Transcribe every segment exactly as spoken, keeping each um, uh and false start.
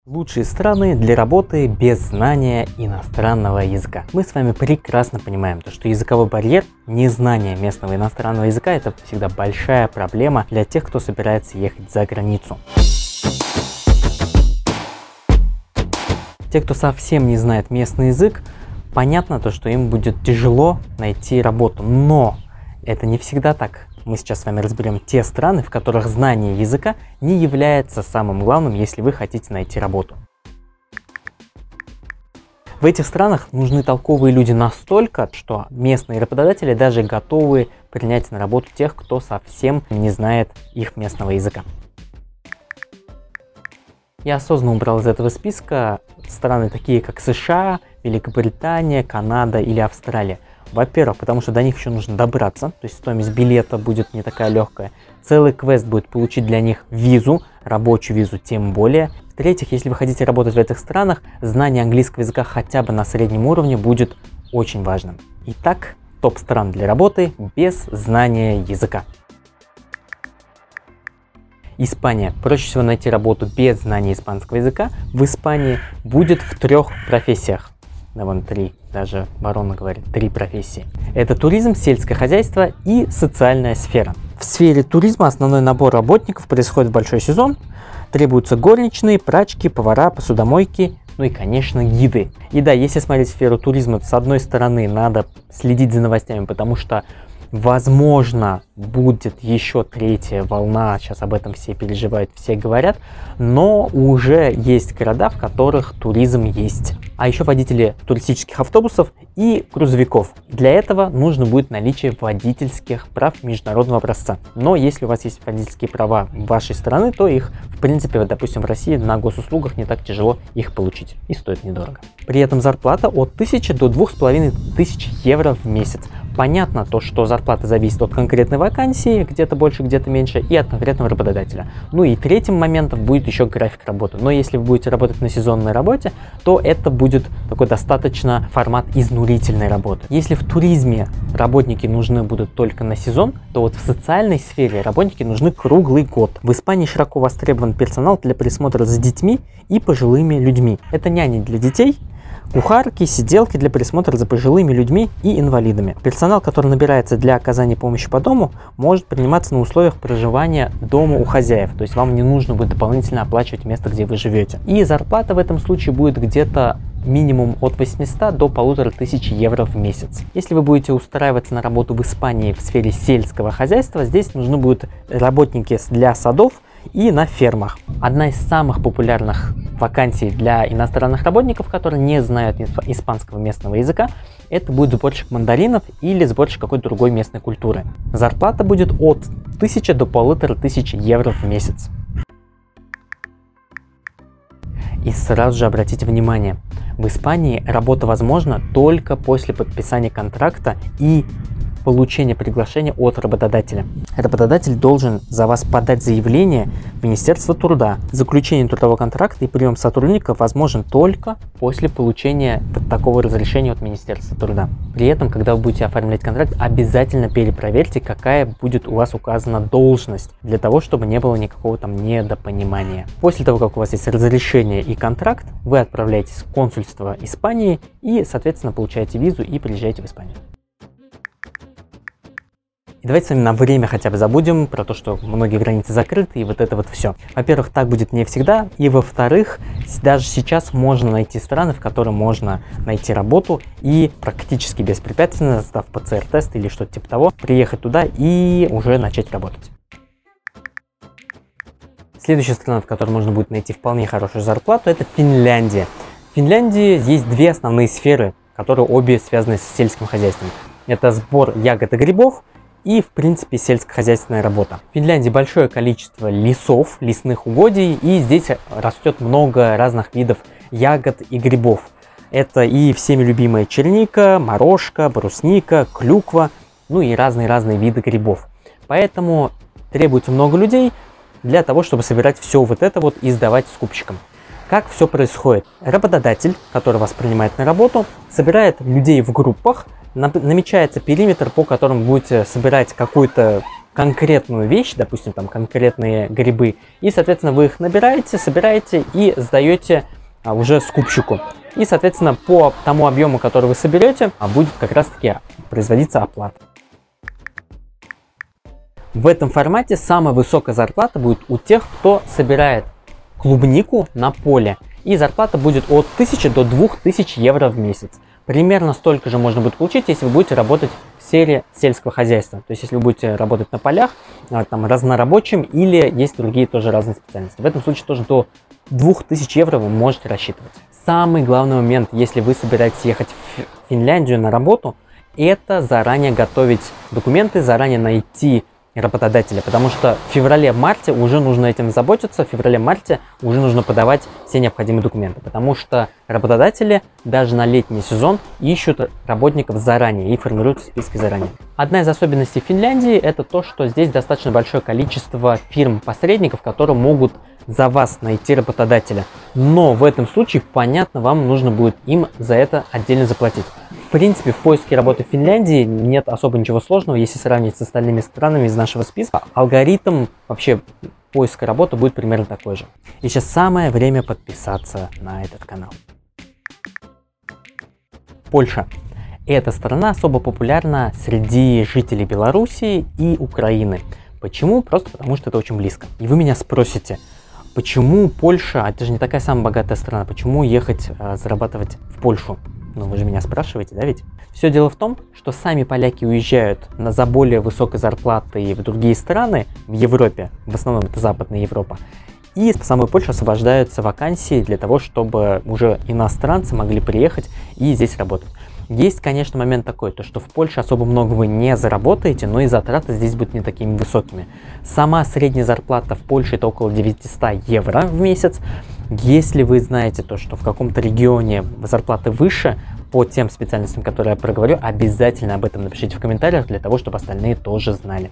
Лучшие страны для работы без знания иностранного языка. Мы с вами прекрасно понимаем, что языковой барьер, незнание местного иностранного языка — это всегда большая проблема для тех, кто собирается ехать за границу. Те, кто совсем не знает местный язык, понятно то, что им будет тяжело найти работу, но это не всегда так. Мы сейчас с вами разберем те страны, в которых знание языка не является самым главным, если вы хотите найти работу. В этих странах нужны толковые люди настолько, что местные работодатели даже готовы принять на работу тех, кто совсем не знает их местного языка. Я осознанно убрал из этого списка страны такие, как США, Великобритания, Канада или Австралия. Во-первых, потому что до них еще нужно добраться, то есть стоимость билета будет не такая легкая. Целый квест будет получить для них визу, рабочую визу тем более. В-третьих, если вы хотите работать в этих странах, знание английского языка хотя бы на среднем уровне будет очень важным. Итак, топ стран для работы без знания языка. Испания. Проще всего найти работу без знания испанского языка в Испании будет в трех профессиях. Да, вон три, даже Барона говорит, три профессии. Это туризм, сельское хозяйство и социальная сфера. В сфере туризма основной набор работников происходит в большой сезон. Требуются горничные, прачки, повара, посудомойки, ну и, конечно, гиды. И да, если смотреть сферу туризма, то с одной стороны надо следить за новостями, потому что возможно, будет еще третья волна, сейчас об этом все переживают, все говорят, но уже есть города, в которых туризм есть. А еще водители туристических автобусов и грузовиков. Для этого нужно будет наличие водительских прав международного образца. Но если у вас есть водительские права вашей страны, то их, в принципе, вот, допустим, в России на госуслугах не так тяжело их получить и стоит недорого. При этом зарплата от тысячи до двух с половиной тысяч евро в месяц. Понятно то, что зарплата зависит от конкретной вакансии, где-то больше, где-то меньше, и от конкретного работодателя. Ну и третьим моментом будет еще график работы. Но если вы будете работать на сезонной работе, то это будет такой достаточно формат изнурительной работы. Если в туризме работники нужны будут только на сезон, то вот в социальной сфере работники нужны круглый год. В Испании широко востребован персонал для присмотра за детьми и пожилыми людьми. Это няни для детей, кухарки, сиделки для присмотра за пожилыми людьми и инвалидами. Персонал, который набирается для оказания помощи по дому, может приниматься на условиях проживания дома у хозяев. То есть вам не нужно будет дополнительно оплачивать место, где вы живете. И зарплата в этом случае будет где-то минимум от восьмисот до полутора тысяч евро в месяц. Если вы будете устраиваться на работу в Испании в сфере сельского хозяйства, здесь нужны будут работники для садов и на фермах. Одна из самых популярных вакансий для иностранных работников, которые не знают испанского местного языка, это будет сборщик мандаринов или сборщик какой-то другой местной культуры. Зарплата будет от тысячи до полутора тысяч евро в месяц. И сразу же обратите внимание, в Испании работа возможна только после подписания контракта и получения приглашения от работодателя. Работодатель должен за вас подать заявление в Министерство труда. Заключение трудового контракта и прием сотрудника возможен только после получения такого разрешения от Министерства труда. При этом, когда вы будете оформлять контракт, обязательно перепроверьте, какая будет у вас указана должность, для того, чтобы не было никакого там недопонимания. После того, как у вас есть разрешение и контракт, вы отправляетесь в консульство Испании и, соответственно, получаете визу и приезжаете в Испанию. И давайте с вами на время хотя бы забудем про то, что многие границы закрыты и вот это вот все. Во-первых, так будет не всегда, и во-вторых, даже сейчас можно найти страны, в которых можно найти работу и практически беспрепятственно, сдав пэ цэ эр тест или что-то типа того, приехать туда и уже начать работать. Следующая страна, в которой можно будет найти вполне хорошую зарплату, это Финляндия. В Финляндии есть две основные сферы, которые обе связаны с сельским хозяйством. Это сбор ягод и грибов и, в принципе, сельскохозяйственная работа. В Финляндии большое количество лесов, лесных угодий, и здесь растет много разных видов ягод и грибов. Это и всеми любимая черника, морожка, брусника, клюква, ну и разные-разные виды грибов. Поэтому требуется много людей для того, чтобы собирать все вот это вот и сдавать скупщикам. Как все происходит? Работодатель, который вас принимает на работу, собирает людей в группах, намечается периметр, по которому будете собирать какой-то конкретную вещь, допустим, там конкретные грибы, и, соответственно, вы их набираете, собираете и сдаете а, уже скупщику. И, соответственно, по тому объему, который вы соберете, будет как раз-таки производиться оплата. В этом формате самая высокая зарплата будет у тех, кто собирает клубнику на поле. И зарплата будет от тысячи до двух тысяч евро в месяц. Примерно столько же можно будет получить, если вы будете работать в сфере сельского хозяйства. То есть, если вы будете работать на полях, там, разнорабочим, или есть другие тоже разные специальности. В этом случае тоже до двух тысяч евро вы можете рассчитывать. Самый главный момент, если вы собираетесь ехать в Финляндию на работу, это заранее готовить документы, заранее найти работодателя, потому что в феврале-марте уже нужно этим заботиться, в феврале-марте уже нужно подавать все необходимые документы, потому что работодатели даже на летний сезон ищут работников заранее и формируют списки заранее. Одна из особенностей Финляндии это то, что здесь достаточно большое количество фирм-посредников, которые могут за вас найти работодателя, но в этом случае, понятно, вам нужно будет им за это отдельно заплатить. В принципе, в поиске работы в Финляндии нет особо ничего сложного, если сравнить с остальными странами из нашего списка. Алгоритм вообще поиска работы будет примерно такой же. И сейчас самое время подписаться на этот канал. Польша. Эта страна особо популярна среди жителей Белоруссии и Украины. Почему? Просто потому, что это очень близко. И вы меня спросите, почему Польша, это же не такая самая богатая страна, почему ехать а, зарабатывать в Польшу? Ну, вы же меня спрашиваете, да ведь? Все дело в том, что сами поляки уезжают на, за более высокой зарплатой в другие страны, в Европе, в основном это Западная Европа, и в самой Польше освобождаются вакансии для того, чтобы уже иностранцы могли приехать и здесь работать. Есть, конечно, момент такой, то что в Польше особо много вы не заработаете, но и затраты здесь будут не такими высокими. Сама средняя зарплата в Польше это около девятисот евро в месяц. Если вы знаете то, что в каком-то регионе зарплаты выше, по тем специальностям, которые я проговорю, обязательно об этом напишите в комментариях, для того, чтобы остальные тоже знали.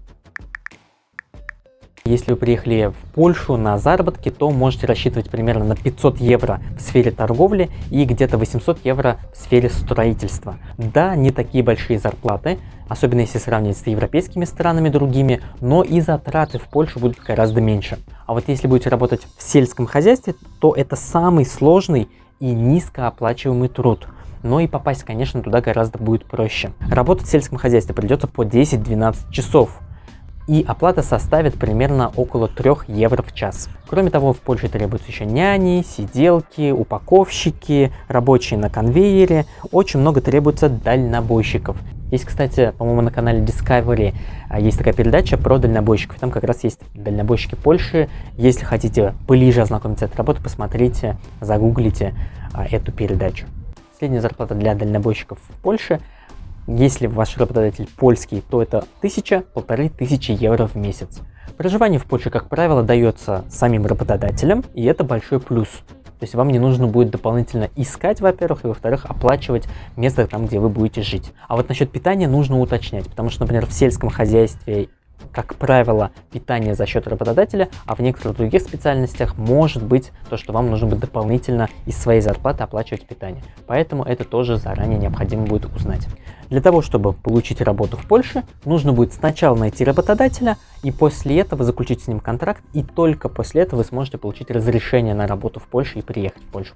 Если вы приехали в Польшу на заработки, то можете рассчитывать примерно на пятьсот евро в сфере торговли и где-то восемьсот евро в сфере строительства. Да, не такие большие зарплаты, особенно если сравнивать с европейскими странами другими, но и затраты в Польшу будут гораздо меньше. А вот если будете работать в сельском хозяйстве, то это самый сложный и низкооплачиваемый труд. Но и попасть, конечно, туда гораздо будет проще. Работать в сельском хозяйстве придется по десять-двенадцать часов. И оплата составит примерно около трёх евро в час. Кроме того, в Польше требуются еще няни, сиделки, упаковщики, рабочие на конвейере. Очень много требуется дальнобойщиков. Есть, кстати, по-моему, на канале Discovery есть такая передача про дальнобойщиков. Там как раз есть дальнобойщики Польши. Если хотите ближе ознакомиться с этой работой, посмотрите, загуглите эту передачу. Средняя зарплата для дальнобойщиков в Польше, если ваш работодатель польский, то это тысяча-полторы тысячи евро в месяц. Проживание в Польше, как правило, дается самим работодателям, и это большой плюс. То есть вам не нужно будет дополнительно искать, во-первых, и во-вторых, оплачивать место там, где вы будете жить. А вот насчет питания нужно уточнять, потому что, например, в сельском хозяйстве, как правило, питание за счет работодателя, а в некоторых других специальностях может быть то, что вам нужно будет дополнительно из своей зарплаты оплачивать питание. Поэтому это тоже заранее необходимо будет узнать. Для того, чтобы получить работу в Польше, нужно будет сначала найти работодателя, и после этого заключить с ним контракт, и только после этого вы сможете получить разрешение на работу в Польше и приехать в Польшу.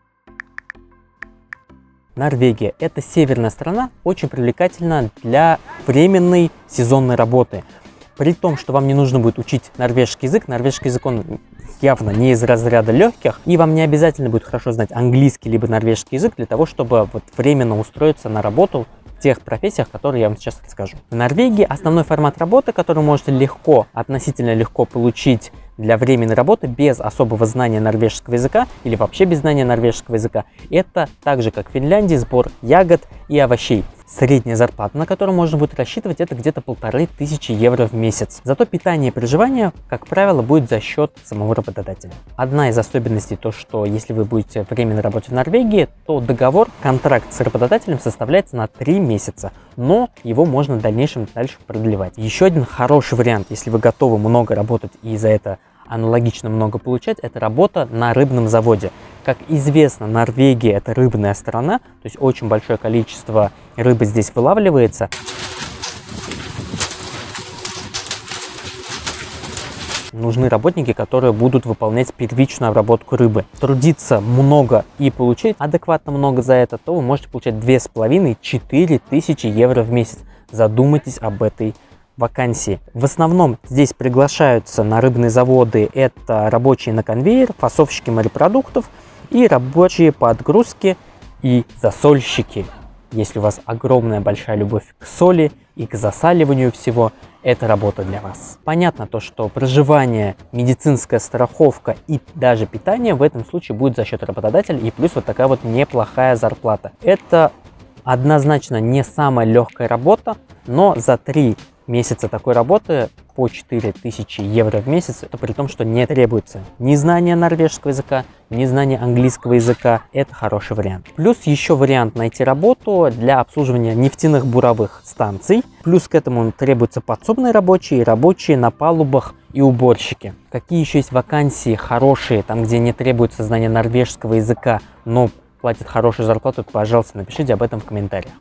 Норвегия – это северная страна, очень привлекательна для временной сезонной работы. При том, что вам не нужно будет учить норвежский язык, норвежский язык он явно не из разряда легких, и вам не обязательно будет хорошо знать английский либо норвежский язык для того, чтобы вот временно устроиться на работу в тех профессиях, которые я вам сейчас расскажу. В Норвегии основной формат работы, который вы можете легко, относительно легко получить для временной работы без особого знания норвежского языка или вообще без знания норвежского языка, это так же, как в Финляндии, сбор ягод и овощей. Средняя зарплата, на которую можно будет рассчитывать, это где-то полторы тысячи евро в месяц. Зато питание и проживание, как правило, будет за счет самого работодателя. Одна из особенностей то, что если вы будете временно работать в Норвегии, то договор, контракт с работодателем составляется на три месяца, но его можно в дальнейшем дальше продлевать. Еще один хороший вариант, если вы готовы много работать и за это аналогично много получать, это работа на рыбном заводе. Как известно, Норвегия это рыбная страна, то есть очень большое количество рыбы здесь вылавливается. нужны работники, которые будут выполнять первичную обработку рыбы. Трудиться много и получить адекватно много за это, то вы можете получать две с половиной — четыре тысячи евро в месяц. Задумайтесь об этой вакансии. В основном здесь приглашаются на рыбные заводы это рабочие на конвейер, фасовщики морепродуктов и рабочие по отгрузке и засольщики. Если у вас огромная большая любовь к соли и к засаливанию всего, это работа для вас. Понятно то, что проживание, медицинская страховка и даже питание в этом случае будет за счет работодателя, и плюс вот такая вот неплохая зарплата. Это однозначно не самая легкая работа, но за три месяца такой работы по четыре тысячи евро в месяц, это при том, что не требуется ни знания норвежского языка, ни знания английского языка. Это хороший вариант. Плюс еще вариант найти работу для обслуживания нефтяных буровых станций. Плюс к этому требуются подсобные рабочие, рабочие на палубах и уборщики. Какие еще есть вакансии хорошие, там где не требуется знания норвежского языка, но платят хорошую зарплату, то, пожалуйста, напишите об этом в комментариях.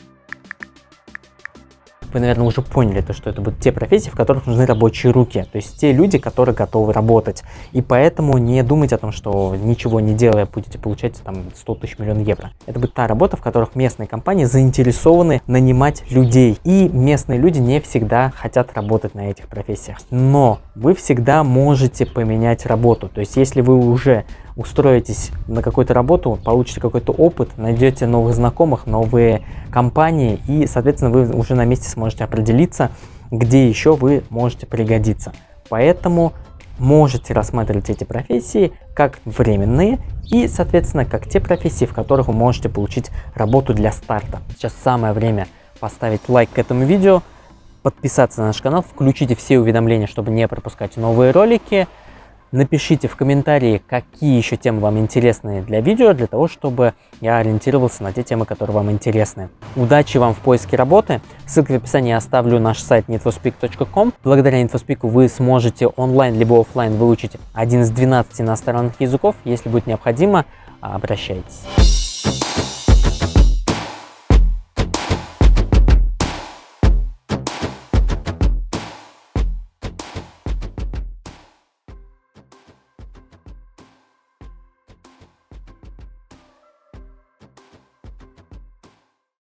Вы, наверное, уже поняли, то, что это будут те профессии, в которых нужны рабочие руки, то есть те люди, которые готовы работать. И поэтому не думайте о том, что ничего не делая будете получать там сто тысяч, миллион евро. Это будет та работа, в которых местные компании заинтересованы нанимать людей. И местные люди не всегда хотят работать на этих профессиях. Но вы всегда можете поменять работу. То есть если вы уже устроитесь на какую-то работу, получите какой-то опыт, найдете новых знакомых, новые компании, и, соответственно, вы уже на месте сможете определиться, где еще вы можете пригодиться. Поэтому можете рассматривать эти профессии как временные и, соответственно, как те профессии, в которых вы можете получить работу для старта. Сейчас самое время поставить лайк к этому видео, подписаться на наш канал, включите все уведомления, чтобы не пропускать новые ролики. Напишите в комментарии, какие еще темы вам интересны для видео, для того, чтобы я ориентировался на те темы, которые вам интересны. Удачи вам в поиске работы. Ссылки в описании я оставлю наш сайт нетвоспик точка ком. Благодаря Нетвоспику вы сможете онлайн либо офлайн выучить один из двенадцати иностранных языков. Если будет необходимо, обращайтесь.